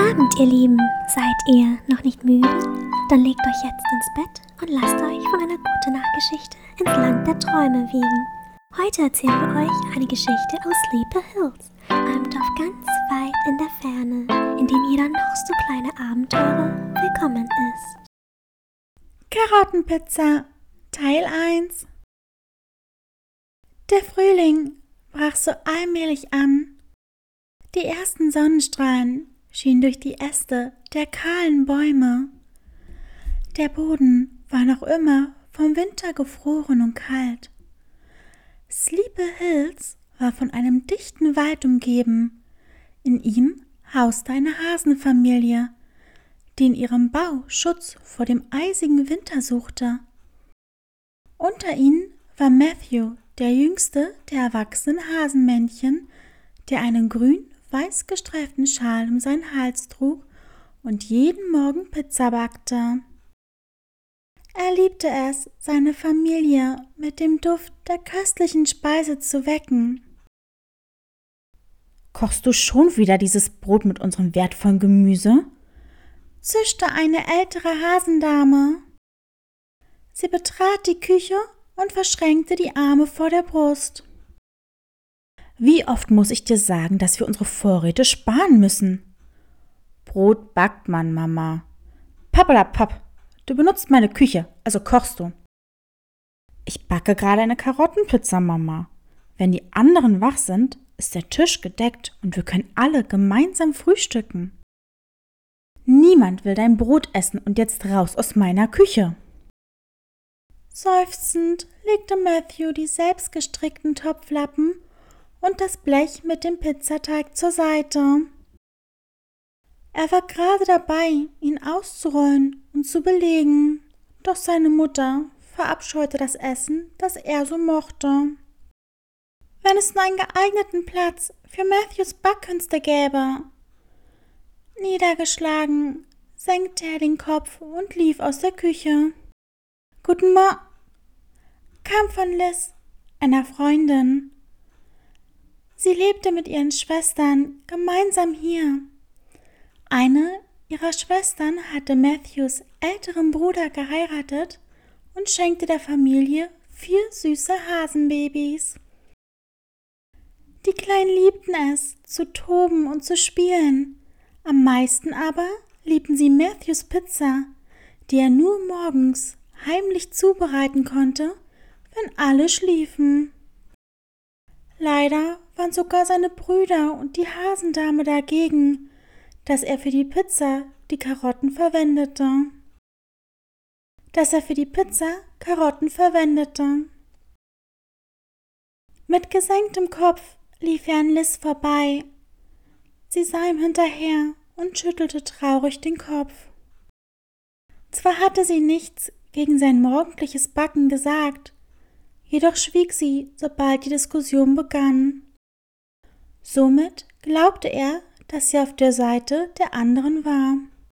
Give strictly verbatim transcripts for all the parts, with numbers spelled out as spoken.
Abend, ihr Lieben. Seid ihr noch nicht müde? Dann legt euch jetzt ins Bett und lasst euch von einer Gute-Nacht-Geschichte ins Land der Träume wiegen. Heute erzählen wir euch eine Geschichte aus Sleepy Hills, einem Dorf ganz weit in der Ferne, in dem jeder noch so kleine Abenteurer willkommen ist. Karottenpizza, Teil eins. Der Frühling brach so allmählich an. Die ersten Sonnenstrahlen schienen durch die Äste der kahlen Bäume. Der Boden war noch immer vom Winter gefroren und kalt. Sleepy Hills war von einem dichten Wald umgeben. In ihm hauste eine Hasenfamilie, die in ihrem Bau Schutz vor dem eisigen Winter suchte. Unter ihnen war Matthew, der jüngste der erwachsenen Hasenmännchen, der einen grün-weiß gestreiften Schal um seinen Hals trug und jeden Morgen Pizza backte. Er liebte es, seine Familie mit dem Duft der köstlichen Speise zu wecken. »Kochst du schon wieder dieses Brot mit unserem wertvollen Gemüse?« zischte eine ältere Hasendame. Sie betrat die Küche und verschränkte die Arme vor der Brust. »Wie oft muss ich dir sagen, dass wir unsere Vorräte sparen müssen?« »Brot backt man, Mama.« »Pappelapapp, du benutzt meine Küche, also kochst du.« »Ich backe gerade eine Karottenpizza, Mama. Wenn die anderen wach sind, ist der Tisch gedeckt und wir können alle gemeinsam frühstücken.« »Niemand will dein Brot essen und jetzt raus aus meiner Küche.« Seufzend legte Matthew die selbstgestrickten Topflappen und das Blech mit dem Pizzateig zur Seite. Er war gerade dabei, ihn auszurollen und zu belegen, doch seine Mutter verabscheute das Essen, das er so mochte. Wenn es nur einen geeigneten Platz für Matthews Backkünste gäbe. Niedergeschlagen senkte er den Kopf und lief aus der Küche. »Guten Morgen«, kam von Liz, einer Freundin. Sie lebte mit ihren Schwestern gemeinsam hier. Eine ihrer Schwestern hatte Matthews älteren Bruder geheiratet und schenkte der Familie vier süße Hasenbabys. Die Kleinen liebten es, zu toben und zu spielen. Am meisten aber liebten sie Matthews Pizza, die er nur morgens heimlich zubereiten konnte, wenn alle schliefen. Leider waren sogar seine Brüder und die Hasendame dagegen, dass er für die Pizza die Karotten verwendete. Dass er für die Pizza Karotten verwendete. Mit gesenktem Kopf lief er an Liz vorbei. Sie sah ihm hinterher und schüttelte traurig den Kopf. Zwar hatte sie nichts gegen sein morgendliches Backen gesagt, jedoch schwieg sie, sobald die Diskussion begann. Somit glaubte er, dass sie auf der Seite der anderen war.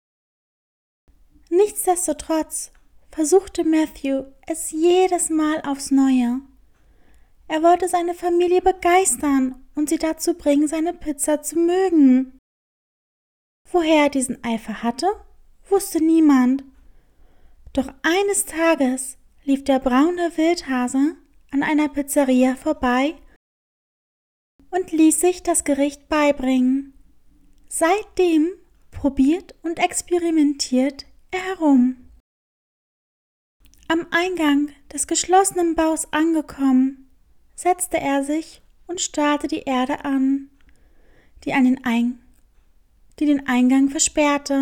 Nichtsdestotrotz versuchte Matthew es jedes Mal aufs Neue. Er wollte seine Familie begeistern und sie dazu bringen, seine Pizza zu mögen. Woher er diesen Eifer hatte, wusste niemand. Doch eines Tages lief der braune Wildhase an einer Pizzeria vorbei und ließ sich das Gericht beibringen. Seitdem probiert und experimentiert er herum. Am Eingang des geschlossenen Baus angekommen, setzte er sich und starrte die Erde an, die, an den, Ein- die den Eingang versperrte.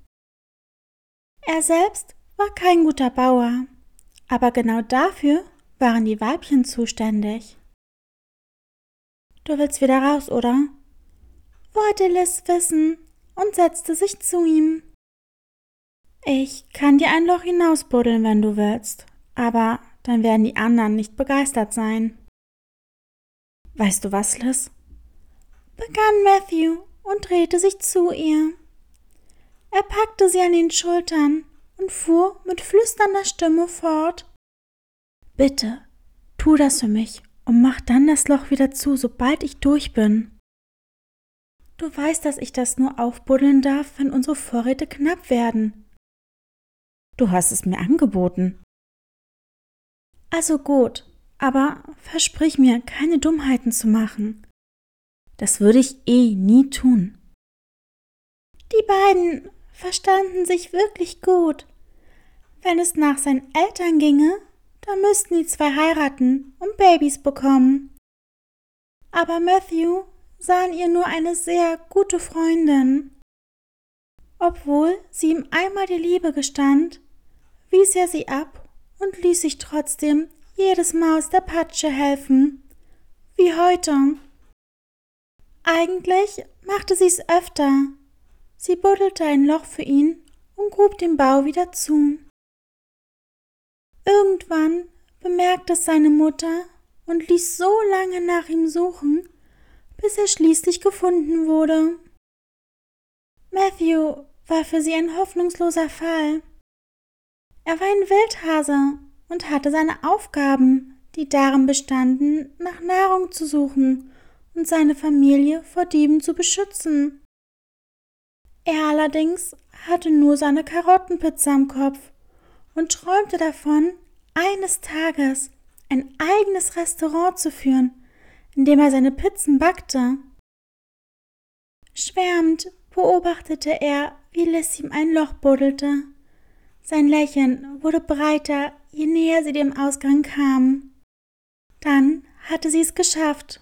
Er selbst war kein guter Bauer, aber genau dafür waren die Weibchen zuständig. »Du willst wieder raus, oder?« wollte Liz wissen und setzte sich zu ihm. »Ich kann dir ein Loch hinausbuddeln, wenn du willst, aber dann werden die anderen nicht begeistert sein.« »Weißt du was, Liz?« begann Matthew und drehte sich zu ihr. Er packte sie an den Schultern und fuhr mit flüsternder Stimme fort. »Bitte, tu das für mich und mach dann das Loch wieder zu, sobald ich durch bin.« du weißt, dass ich das nur aufbuddeln darf, wenn unsere Vorräte knapp werden. Du hast es mir angeboten. Also gut, aber versprich mir, keine Dummheiten zu machen. Das würde ich eh nie tun. Die beiden verstanden sich wirklich gut. Wenn es nach seinen Eltern ginge, dann müssten die zwei heiraten und Babys bekommen. Aber Matthew sah in ihr nur eine sehr gute Freundin. Obwohl sie ihm einmal die Liebe gestand, wies er sie ab und ließ sich trotzdem jedes Mal aus der Patsche helfen, wie heute. Eigentlich machte sie es öfter. Sie buddelte ein Loch für ihn und grub den Bau wieder zu. Irgendwann bemerkte es seine Mutter und ließ so lange nach ihm suchen, bis er schließlich gefunden wurde. Matthew war für sie ein hoffnungsloser Fall. Er war ein Wildhase und hatte seine Aufgaben, die darin bestanden, nach Nahrung zu suchen und seine Familie vor Dieben zu beschützen. Er allerdings hatte nur seine Karottenpizza im Kopf und träumte davon, eines Tages ein eigenes Restaurant zu führen, in dem er seine Pizzen backte. Schwärmend beobachtete er, wie Liz ihm ein Loch buddelte. Sein Lächeln wurde breiter, je näher sie dem Ausgang kam. Dann hatte sie es geschafft.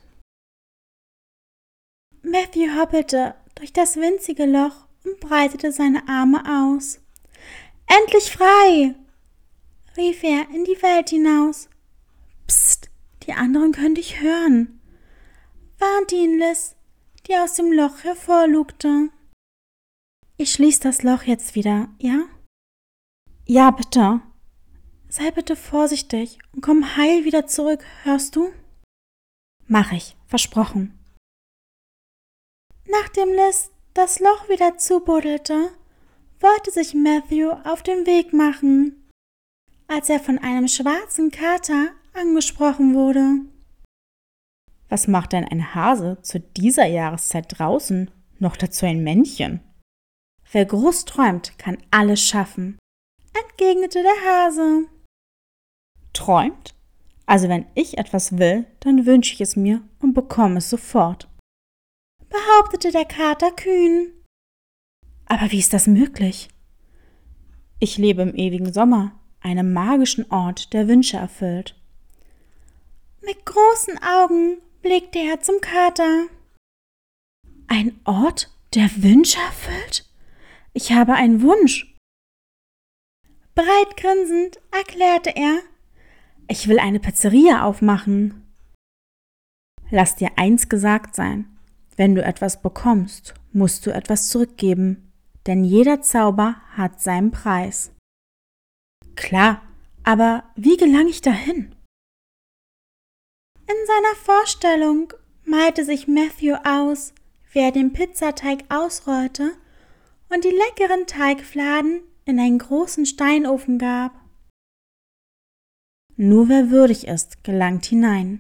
Matthew hoppelte durch das winzige Loch und breitete seine Arme aus. »Endlich frei!« rief er in die Welt hinaus. »Psst, die anderen können dich hören«, warnte ihn Liz, die aus dem Loch hervorlugte. »Ich schließ das Loch jetzt wieder, ja?« »Ja, bitte.« »Sei bitte vorsichtig und komm heil wieder zurück, hörst du?« »Mach ich, versprochen.« Nachdem Liz das Loch wieder zubuddelte, wollte sich Matthew auf den Weg machen, als er von einem schwarzen Kater angesprochen wurde. »Was macht denn ein Hase zu dieser Jahreszeit draußen? Noch dazu ein Männchen?« »Wer groß träumt, kann alles schaffen«, entgegnete der Hase. »Träumt? Also wenn ich etwas will, dann wünsche ich es mir und bekomme es sofort«, behauptete der Kater kühn. »Aber wie ist das möglich?« »Ich lebe im ewigen Sommer, einem magischen Ort, der Wünsche erfüllt.« Mit großen Augen blickte er zum Kater. »Ein Ort, der Wünsche erfüllt? Ich habe einen Wunsch.« Breit grinsend erklärte er: »Ich will eine Pizzeria aufmachen.« »Lass dir eins gesagt sein. Wenn du etwas bekommst, musst du etwas zurückgeben, denn jeder Zauber hat seinen Preis.« »Klar, aber wie gelange ich dahin?« In seiner Vorstellung malte sich Matthew aus, wie er den Pizzateig ausrollte und die leckeren Teigfladen in einen großen Steinofen gab. Nur wer würdig ist, gelangt hinein.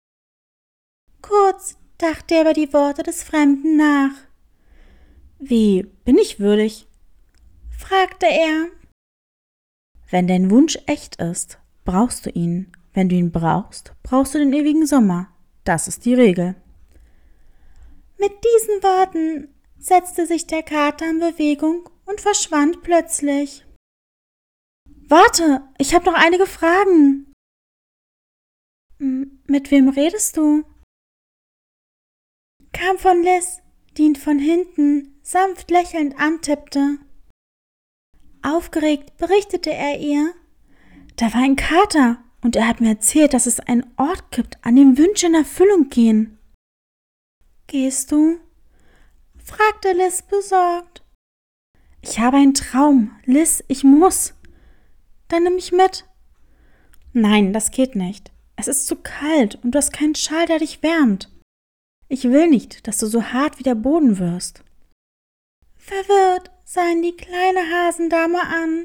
Kurz dachte er über die Worte des Fremden nach. »Wie, bin ich würdig?« fragte er. »Wenn dein Wunsch echt ist, brauchst du ihn. Wenn du ihn brauchst, brauchst du den ewigen Sommer. Das ist die Regel.« Mit diesen Worten setzte sich der Kater in Bewegung und verschwand plötzlich. »Warte, ich habe noch einige Fragen.« »Mit wem redest du?« kam von Liz, die ihn von hinten sanft lächelnd antippte. Aufgeregt berichtete er ihr: »Da war ein Kater und er hat mir erzählt, dass es einen Ort gibt, an dem Wünsche in Erfüllung gehen.« »Gehst du?« fragte Liz besorgt. »Ich habe einen Traum, Liz, ich muss.« »Dann nimm mich mit.« »Nein, das geht nicht. Es ist zu kalt und du hast keinen Schal, der dich wärmt. Ich will nicht, dass du so hart wie der Boden wirst.« Verwirrt sah ihn die kleine Hasendame an.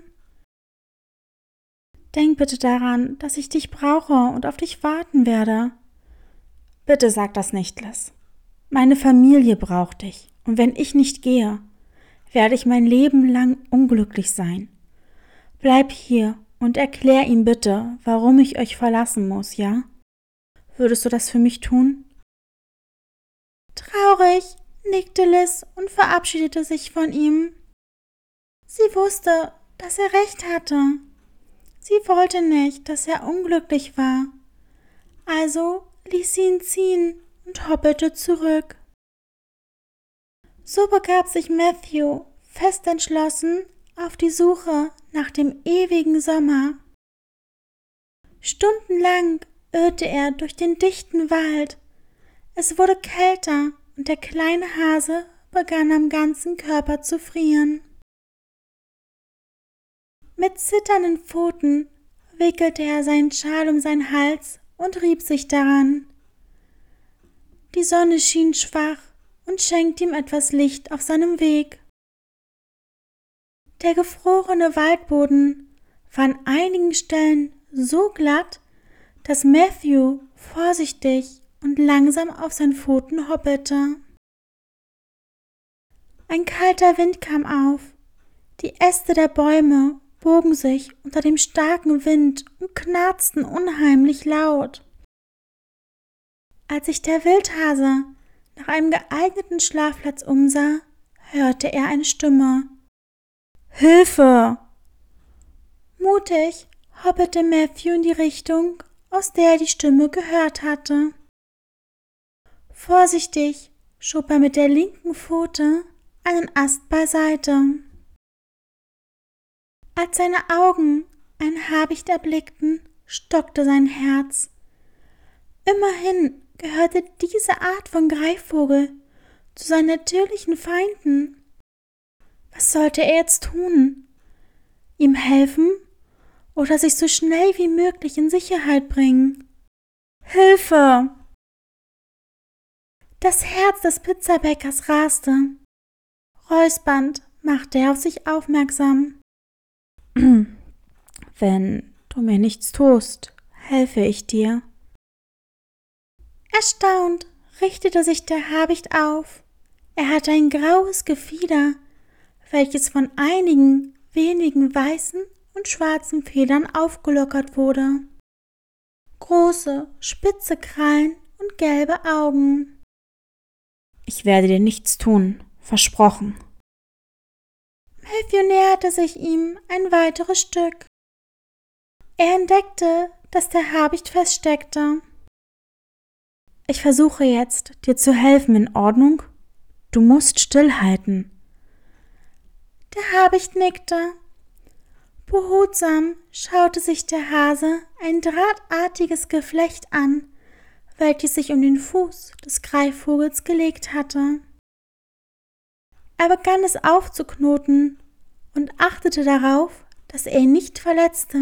»Denk bitte daran, dass ich dich brauche und auf dich warten werde.« »Bitte sag das nicht, Liz. Meine Familie braucht dich Und wenn ich nicht gehe, werde ich mein Leben lang unglücklich sein. Bleib hier und erklär ihm bitte, warum ich euch verlassen muss, ja? Würdest du das für mich tun? Traurig nickte Liz und verabschiedete sich von ihm. Sie wusste, dass er recht hatte. Sie wollte nicht, dass er unglücklich war. Also ließ sie ihn ziehen und hoppelte zurück. So begab sich Matthew fest entschlossen auf die Suche nach dem ewigen Sommer. Stundenlang irrte er durch den dichten Wald. Es wurde kälter und der kleine Hase begann am ganzen Körper zu frieren. Mit zitternden Pfoten wickelte er seinen Schal um seinen Hals und rieb sich daran. Die Sonne schien schwach und schenkte ihm etwas Licht auf seinem Weg. Der gefrorene Waldboden war an einigen Stellen so glatt, dass Matthew vorsichtig und langsam auf seinen Pfoten hoppelte. Ein kalter Wind kam auf. Die Äste der Bäume bogen sich unter dem starken Wind und knarzten unheimlich laut. Als sich der Wildhase nach einem geeigneten Schlafplatz umsah, hörte er eine Stimme. »Hilfe!« Mutig hoppelte Matthew in die Richtung, aus der er die Stimme gehört hatte. Vorsichtig schob er mit der linken Pfote einen Ast beiseite. Als seine Augen ein Habicht erblickten, stockte sein Herz. Immerhin gehörte diese Art von Greifvogel zu seinen natürlichen Feinden. Was sollte er jetzt tun? Ihm helfen oder sich so schnell wie möglich in Sicherheit bringen? Hilfe! Das Herz des Pizzabäckers raste. Räuspernd machte er auf sich aufmerksam. Wenn du mir nichts tust, helfe ich dir. Erstaunt richtete sich der Habicht auf. Er hatte ein graues Gefieder, welches von einigen wenigen weißen und schwarzen Federn aufgelockert wurde. Große, spitze Krallen und gelbe Augen. Ich werde dir nichts tun, versprochen. Matthew näherte sich ihm ein weiteres Stück. Er entdeckte, dass der Habicht feststeckte. Ich versuche jetzt, dir zu helfen, in Ordnung? Du musst stillhalten. Der Habicht nickte. Behutsam schaute sich der Hase ein drahtartiges Geflecht an, welches sich um den Fuß des Greifvogels gelegt hatte. Er begann es aufzuknoten und achtete darauf, dass er ihn nicht verletzte.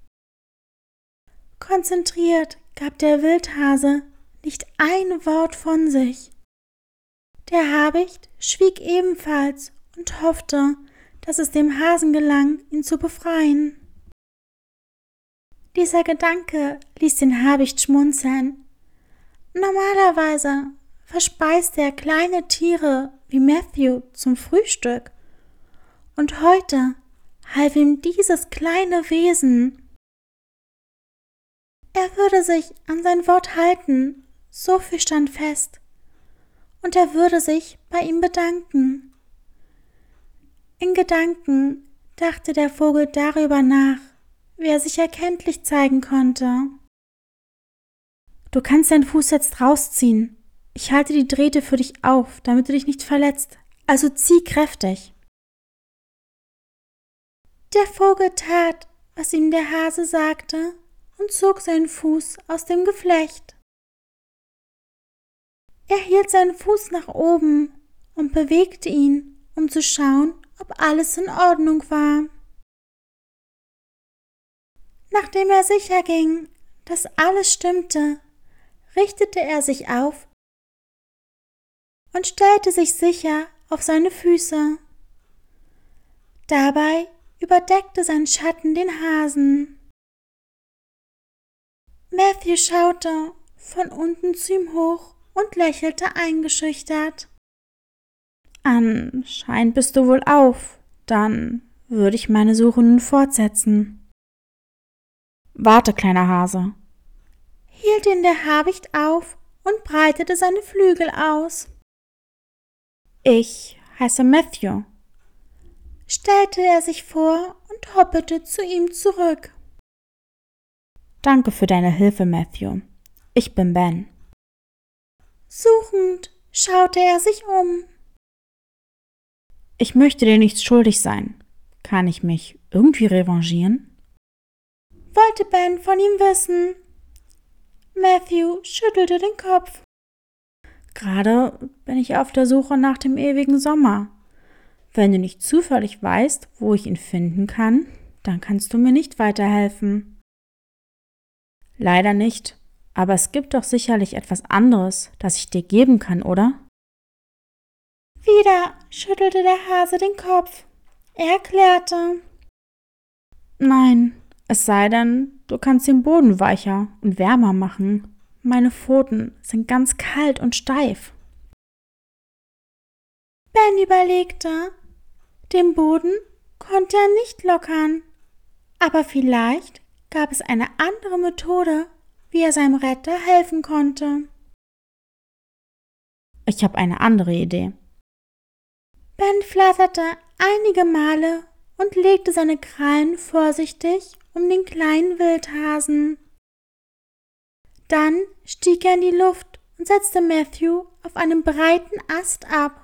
Konzentriert gab der Wildhase nicht ein Wort von sich. Der Habicht schwieg ebenfalls und hoffte, dass es dem Hasen gelang, ihn zu befreien. Dieser Gedanke ließ den Habicht schmunzeln. Normalerweise verspeiste er kleine Tiere wie Matthew zum Frühstück. Und heute half ihm dieses kleine Wesen. Er würde sich an sein Wort halten, so viel stand fest. Und er würde sich bei ihm bedanken. In Gedanken dachte der Vogel darüber nach, wie er sich erkenntlich zeigen konnte. Du kannst deinen Fuß jetzt rausziehen. Ich halte die Drähte für dich auf, damit du dich nicht verletzt. Also zieh kräftig. Der Vogel tat, was ihm der Hase sagte, und zog seinen Fuß aus dem Geflecht. Er hielt seinen Fuß nach oben und bewegte ihn, um zu schauen, ob alles in Ordnung war. Nachdem er sicher ging, dass alles stimmte, richtete er sich auf und stellte sich sicher auf seine Füße. Dabei überdeckte sein Schatten den Hasen. Matthew schaute von unten zu ihm hoch und lächelte eingeschüchtert. Anscheinend bist du wohl auf. Dann würde ich meine Suche nun fortsetzen. Warte, kleiner Hase, hielt ihn der Habicht auf und breitete seine Flügel aus. Ich heiße Matthew, stellte er sich vor und hoppelte zu ihm zurück. Danke für deine Hilfe, Matthew. Ich bin Ben. Suchend schaute er sich um. Ich möchte dir nichts schuldig sein. Kann ich mich irgendwie revanchieren? Wollte Ben von ihm wissen. Matthew schüttelte den Kopf. Gerade bin ich auf der Suche nach dem ewigen Sommer. Wenn du nicht zufällig weißt, wo ich ihn finden kann, dann kannst du mir nicht weiterhelfen. Leider nicht, aber es gibt doch sicherlich etwas anderes, das ich dir geben kann, oder? Wieder schüttelte der Hase den Kopf. Er erklärte: Nein, es sei denn, du kannst den Boden weicher und wärmer machen. Meine Pfoten sind ganz kalt und steif. Ben überlegte. Den Boden konnte er nicht lockern, aber vielleicht gab es eine andere Methode, wie er seinem Retter helfen konnte. Ich habe eine andere Idee. Ben flatterte einige Male und legte seine Krallen vorsichtig um den kleinen Wildhasen. Dann stieg er in die Luft und setzte Matthew auf einem breiten Ast ab.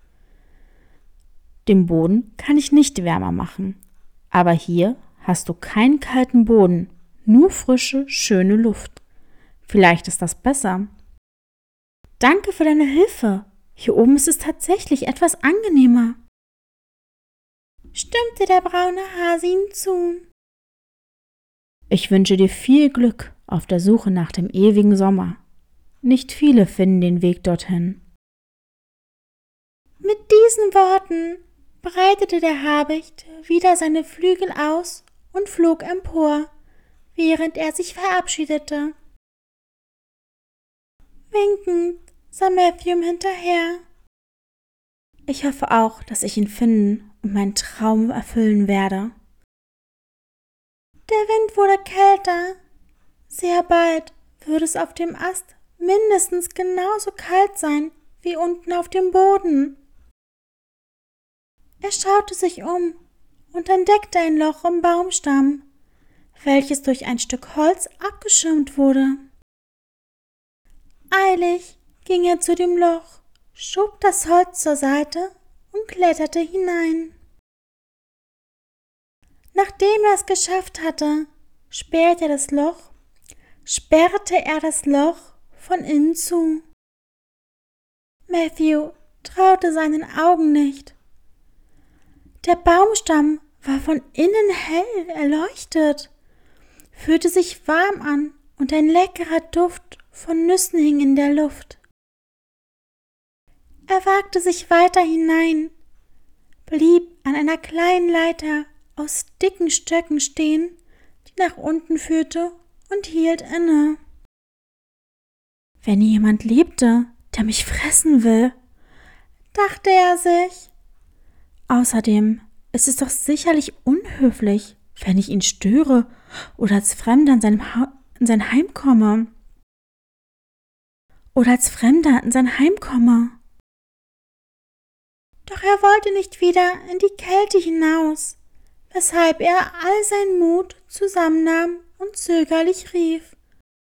Den Boden kann ich nicht wärmer machen, aber hier hast du keinen kalten Boden, nur frische, schöne Luft. Vielleicht ist das besser. Danke für deine Hilfe. Hier oben ist es tatsächlich etwas angenehmer, stimmte der braune Hase ihm zu. Ich wünsche dir viel Glück auf der Suche nach dem ewigen Sommer. Nicht viele finden den Weg dorthin. Mit diesen Worten breitete der Habicht wieder seine Flügel aus und flog empor, während er sich verabschiedete. Winkend sah Matthew ihm hinterher. Ich hoffe auch, dass ich ihn finden und meinen Traum erfüllen werde. Der Wind wurde kälter. Sehr bald würde es auf dem Ast mindestens genauso kalt sein wie unten auf dem Boden. Er schaute sich um und entdeckte ein Loch im Baumstamm, welches durch ein Stück Holz abgeschirmt wurde. Eilig ging er zu dem Loch, schob das Holz zur Seite und kletterte hinein. Nachdem er es geschafft hatte, sperrte er das Loch, sperrte er das Loch von innen zu. Matthew traute seinen Augen nicht. Der Baumstamm war von innen hell erleuchtet, fühlte sich warm an und ein leckerer Duft von Nüssen hing in der Luft. Er wagte sich weiter hinein, blieb an einer kleinen Leiter aus dicken Stöcken stehen, die nach unten führte, und hielt inne. Wenn jemand lebte, der mich fressen will, dachte er sich. Außerdem ist es doch sicherlich unhöflich, wenn ich ihn störe oder als Fremder in, seinem ha- in sein Heim komme. Oder als Fremder in sein Heim komme. Doch er wollte nicht wieder in die Kälte hinaus, weshalb er all seinen Mut zusammennahm und zögerlich rief.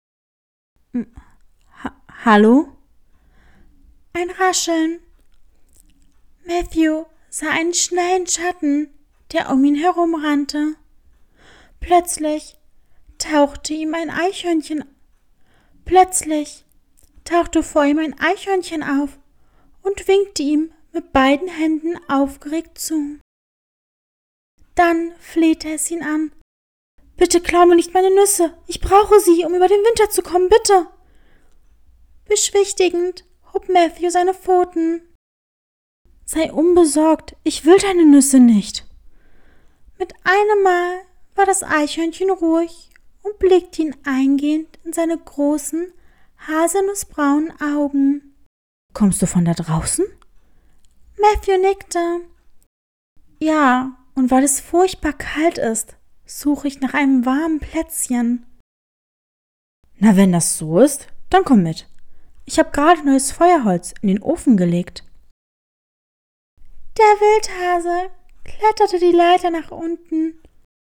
Ha- Hallo? Ein Rascheln. Matthew sah einen schnellen Schatten, der um ihn herumrannte. Plötzlich tauchte ihm ein Eichhörnchen. Plötzlich tauchte vor ihm ein Eichhörnchen auf und winkte ihm mit beiden Händen aufgeregt zu. Dann flehte es ihn an. »Bitte klau mir nicht meine Nüsse, ich brauche sie, um über den Winter zu kommen, bitte!« Beschwichtigend hob Matthew seine Pfoten. »Sei unbesorgt, ich will deine Nüsse nicht.« Mit einem Mal war das Eichhörnchen ruhig und blickte ihn eingehend in seine großen, haselnussbraunen Augen. »Kommst du von da draußen?« Matthew nickte. Ja, und weil es furchtbar kalt ist, suche ich nach einem warmen Plätzchen. Na, wenn das so ist, dann komm mit. Ich habe gerade neues Feuerholz in den Ofen gelegt. Der Wildhase kletterte die Leiter nach unten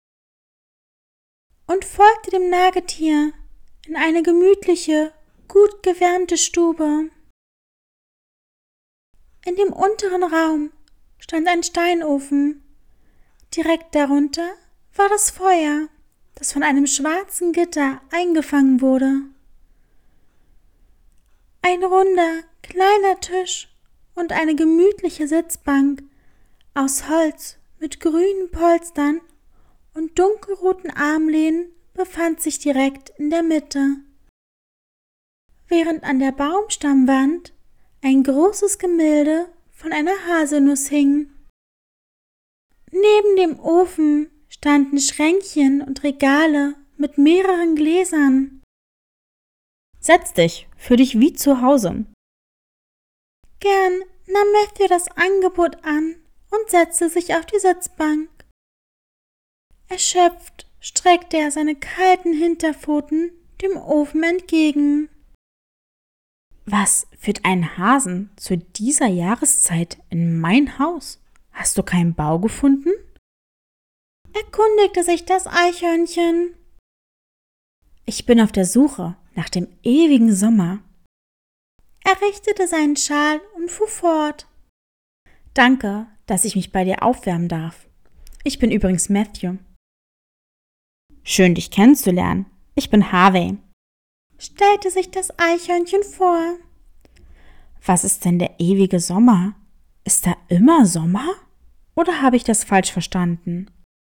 und folgte dem Nagetier in eine gemütliche, gut gewärmte Stube. In dem unteren Raum stand ein Steinofen. Direkt darunter war das Feuer, das von einem schwarzen Gitter eingefangen wurde. Ein runder, kleiner Tisch und eine gemütliche Sitzbank aus Holz mit grünen Polstern und dunkelroten Armlehnen befand sich direkt in der Mitte, während an der Baumstammwand ein großes Gemälde von einer Haselnuss hing. Neben dem Ofen standen Schränkchen und Regale mit mehreren Gläsern. Setz dich, fühl dich wie zu Hause. Gern nahm Matthew das Angebot an und setzte sich auf die Sitzbank. Erschöpft streckte er seine kalten Hinterpfoten dem Ofen entgegen. Was führt einen Hasen zu dieser Jahreszeit in mein Haus? Hast du keinen Bau gefunden? Erkundigte sich das Eichhörnchen. Ich bin auf der Suche nach dem ewigen Sommer. Er richtete seinen Schal und fuhr fort. Danke, dass ich mich bei dir aufwärmen darf. Ich bin übrigens Matthew. Schön, dich kennenzulernen. Ich bin Harvey. Stellte sich das Eichhörnchen vor. Was ist denn der ewige Sommer? Ist da immer Sommer? Oder habe ich das falsch verstanden?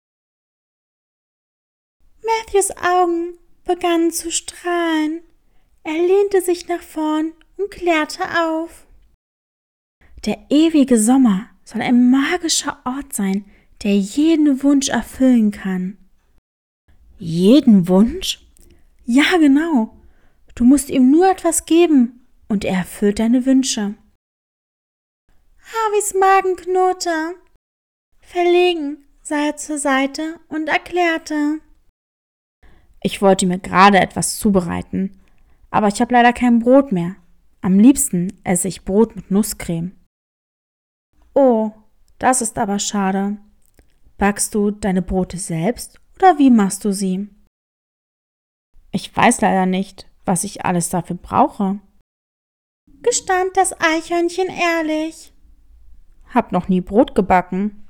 Matthews Augen begannen zu strahlen. Er lehnte sich nach vorn und klärte auf. Der ewige Sommer soll ein magischer Ort sein, der jeden Wunsch erfüllen kann. Jeden Wunsch? Ja, genau. Du musst ihm nur etwas geben und er erfüllt deine Wünsche. Harveys Magen knurrte. Verlegen sah er zur Seite und erklärte. Ich wollte mir gerade etwas zubereiten, aber ich habe leider kein Brot mehr. Am liebsten esse ich Brot mit Nusscreme. Oh, das ist aber schade. Backst du deine Brote selbst oder wie machst du sie? Ich weiß leider nicht, was ich alles dafür brauche, gestand das Eichhörnchen ehrlich. Hab noch nie Brot gebacken.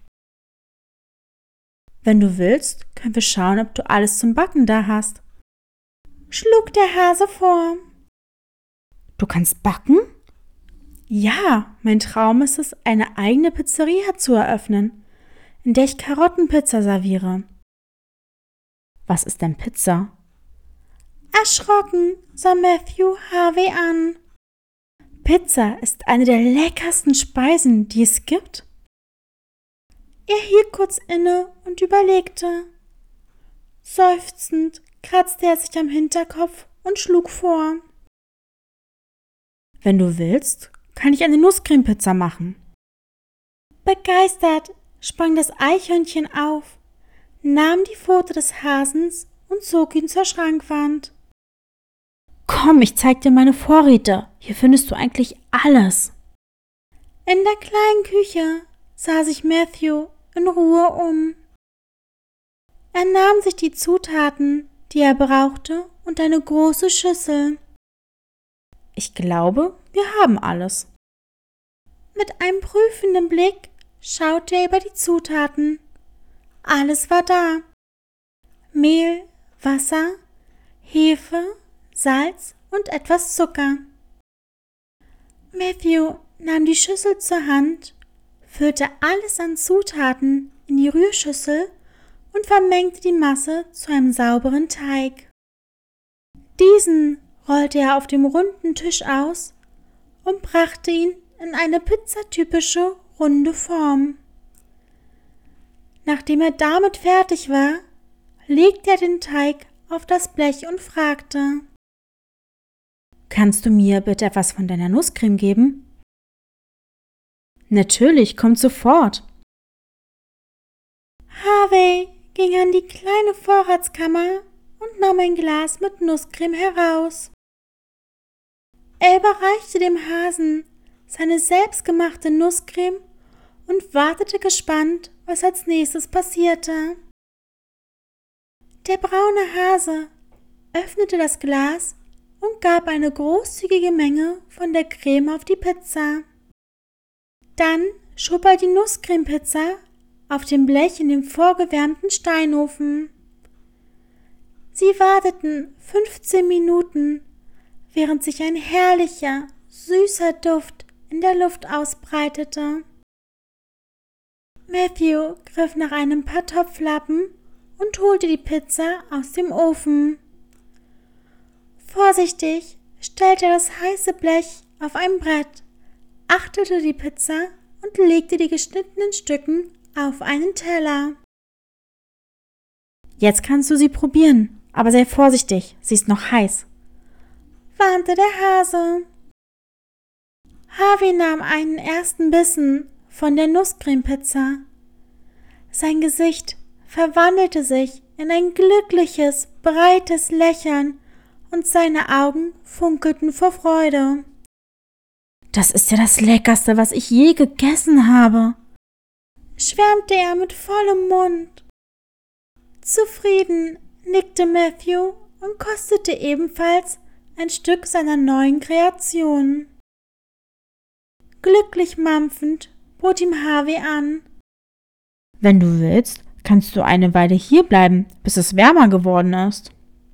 Wenn du willst, können wir schauen, ob du alles zum Backen da hast, schlug der Hase vor. Du kannst backen? Ja, mein Traum ist es, eine eigene Pizzeria zu eröffnen, in der ich Karottenpizza serviere. Was ist denn Pizza? Erschrocken sah Matthew Harvey an. Pizza ist eine der leckersten Speisen, die es gibt. Er hielt kurz inne und überlegte. Seufzend kratzte er sich am Hinterkopf und schlug vor. Wenn du willst, kann ich eine Nusscreme-Pizza machen. Begeistert sprang das Eichhörnchen auf, nahm die Pfote des Hasens und zog ihn zur Schrankwand. Komm, ich zeig dir meine Vorräte. Hier findest du eigentlich alles. In der kleinen Küche sah sich Matthew in Ruhe um. Er nahm sich die Zutaten, die er brauchte, und eine große Schüssel. Ich glaube, wir haben alles. Mit einem prüfenden Blick schaute er über die Zutaten. Alles war da. Mehl, Wasser, Hefe, Salz und etwas Zucker. Matthew nahm die Schüssel zur Hand, füllte alles an Zutaten in die Rührschüssel und vermengte die Masse zu einem sauberen Teig. Diesen rollte er auf dem runden Tisch aus und brachte ihn in eine pizzatypische runde Form. Nachdem er damit fertig war, legte er den Teig auf das Blech und fragte: Kannst du mir bitte etwas von deiner Nusscreme geben? Natürlich, kommt sofort. Harvey ging an die kleine Vorratskammer und nahm ein Glas mit Nusscreme heraus. Er überreichte dem Hasen seine selbstgemachte Nusscreme und wartete gespannt, was als nächstes passierte. Der braune Hase öffnete das Glas und gab eine großzügige Menge von der Creme auf die Pizza. Dann schob er die Nusscreme-Pizza auf dem Blech in den vorgewärmten Steinofen. Sie warteten fünfzehn Minuten, während sich ein herrlicher, süßer Duft in der Luft ausbreitete. Matthew griff nach einem paar Topflappen und holte die Pizza aus dem Ofen. Vorsichtig stellte er das heiße Blech auf ein Brett, achtete die Pizza und legte die geschnittenen Stücken auf einen Teller. Jetzt kannst du sie probieren, aber sei vorsichtig, sie ist noch heiß, warnte der Hase. Harvey nahm einen ersten Bissen von der Nusscreme-Pizza. Sein Gesicht verwandelte sich in ein glückliches, breites Lächeln und seine Augen funkelten vor Freude. Das ist ja das Leckerste, was ich je gegessen habe, schwärmte er mit vollem Mund. Zufrieden nickte Matthew und kostete ebenfalls ein Stück seiner neuen Kreation. Glücklich mampfend bot ihm Harvey an. Wenn du willst, kannst du eine Weile hier bleiben, bis es wärmer geworden ist.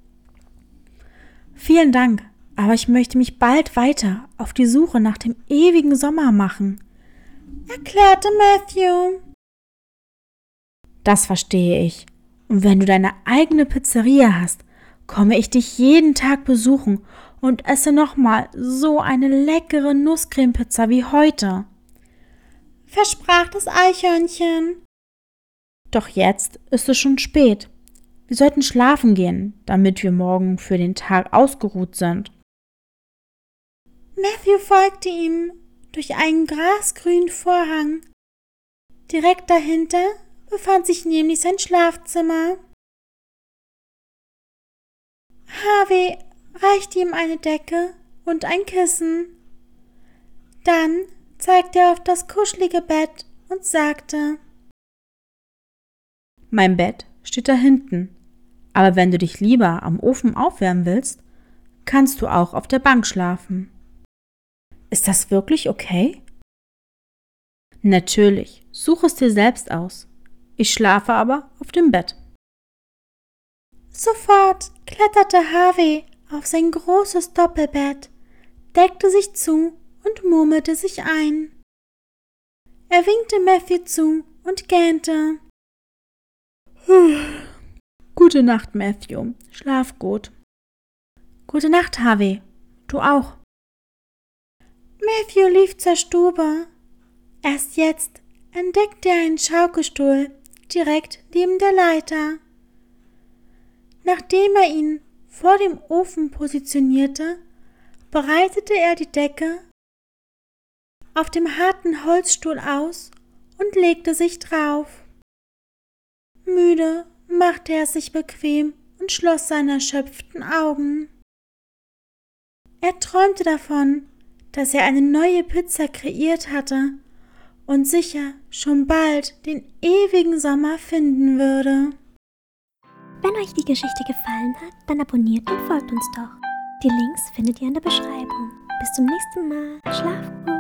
Vielen Dank, aber ich möchte mich bald weiter auf die Suche nach dem ewigen Sommer machen, erklärte Matthew. Das verstehe ich. Und wenn du deine eigene Pizzeria hast, komme ich dich jeden Tag besuchen und esse nochmal so eine leckere Nusscreme-Pizza wie heute, versprach das Eichhörnchen. Doch jetzt ist es schon spät. Wir sollten schlafen gehen, damit wir morgen für den Tag ausgeruht sind. Matthew folgte ihm durch einen grasgrünen Vorhang. Direkt dahinter befand sich nämlich sein Schlafzimmer. Harvey reichte ihm eine Decke und ein Kissen. Dann zeigte er auf das kuschelige Bett und sagte: Mein Bett steht da hinten, aber wenn du dich lieber am Ofen aufwärmen willst, kannst du auch auf der Bank schlafen. Ist das wirklich okay? Natürlich, such es dir selbst aus. Ich schlafe aber auf dem Bett. Sofort kletterte Harvey auf sein großes Doppelbett, deckte sich zu und murmelte sich ein. Er winkte Matthew zu und gähnte. Gute Nacht, Matthew. Schlaf gut. Gute Nacht, Harvey. Du auch. Matthew lief zur Stube. Erst jetzt entdeckte er einen Schaukelstuhl direkt neben der Leiter. Nachdem er ihn vor dem Ofen positionierte, breitete er die Decke auf dem harten Holzstuhl aus und legte sich drauf. Müde machte er sich bequem und schloss seine erschöpften Augen. Er träumte davon, dass er eine neue Pizza kreiert hatte und sicher schon bald den ewigen Sommer finden würde. Wenn euch die Geschichte gefallen hat, dann abonniert und folgt uns doch. Die Links findet ihr in der Beschreibung. Bis zum nächsten Mal. Schlaf gut.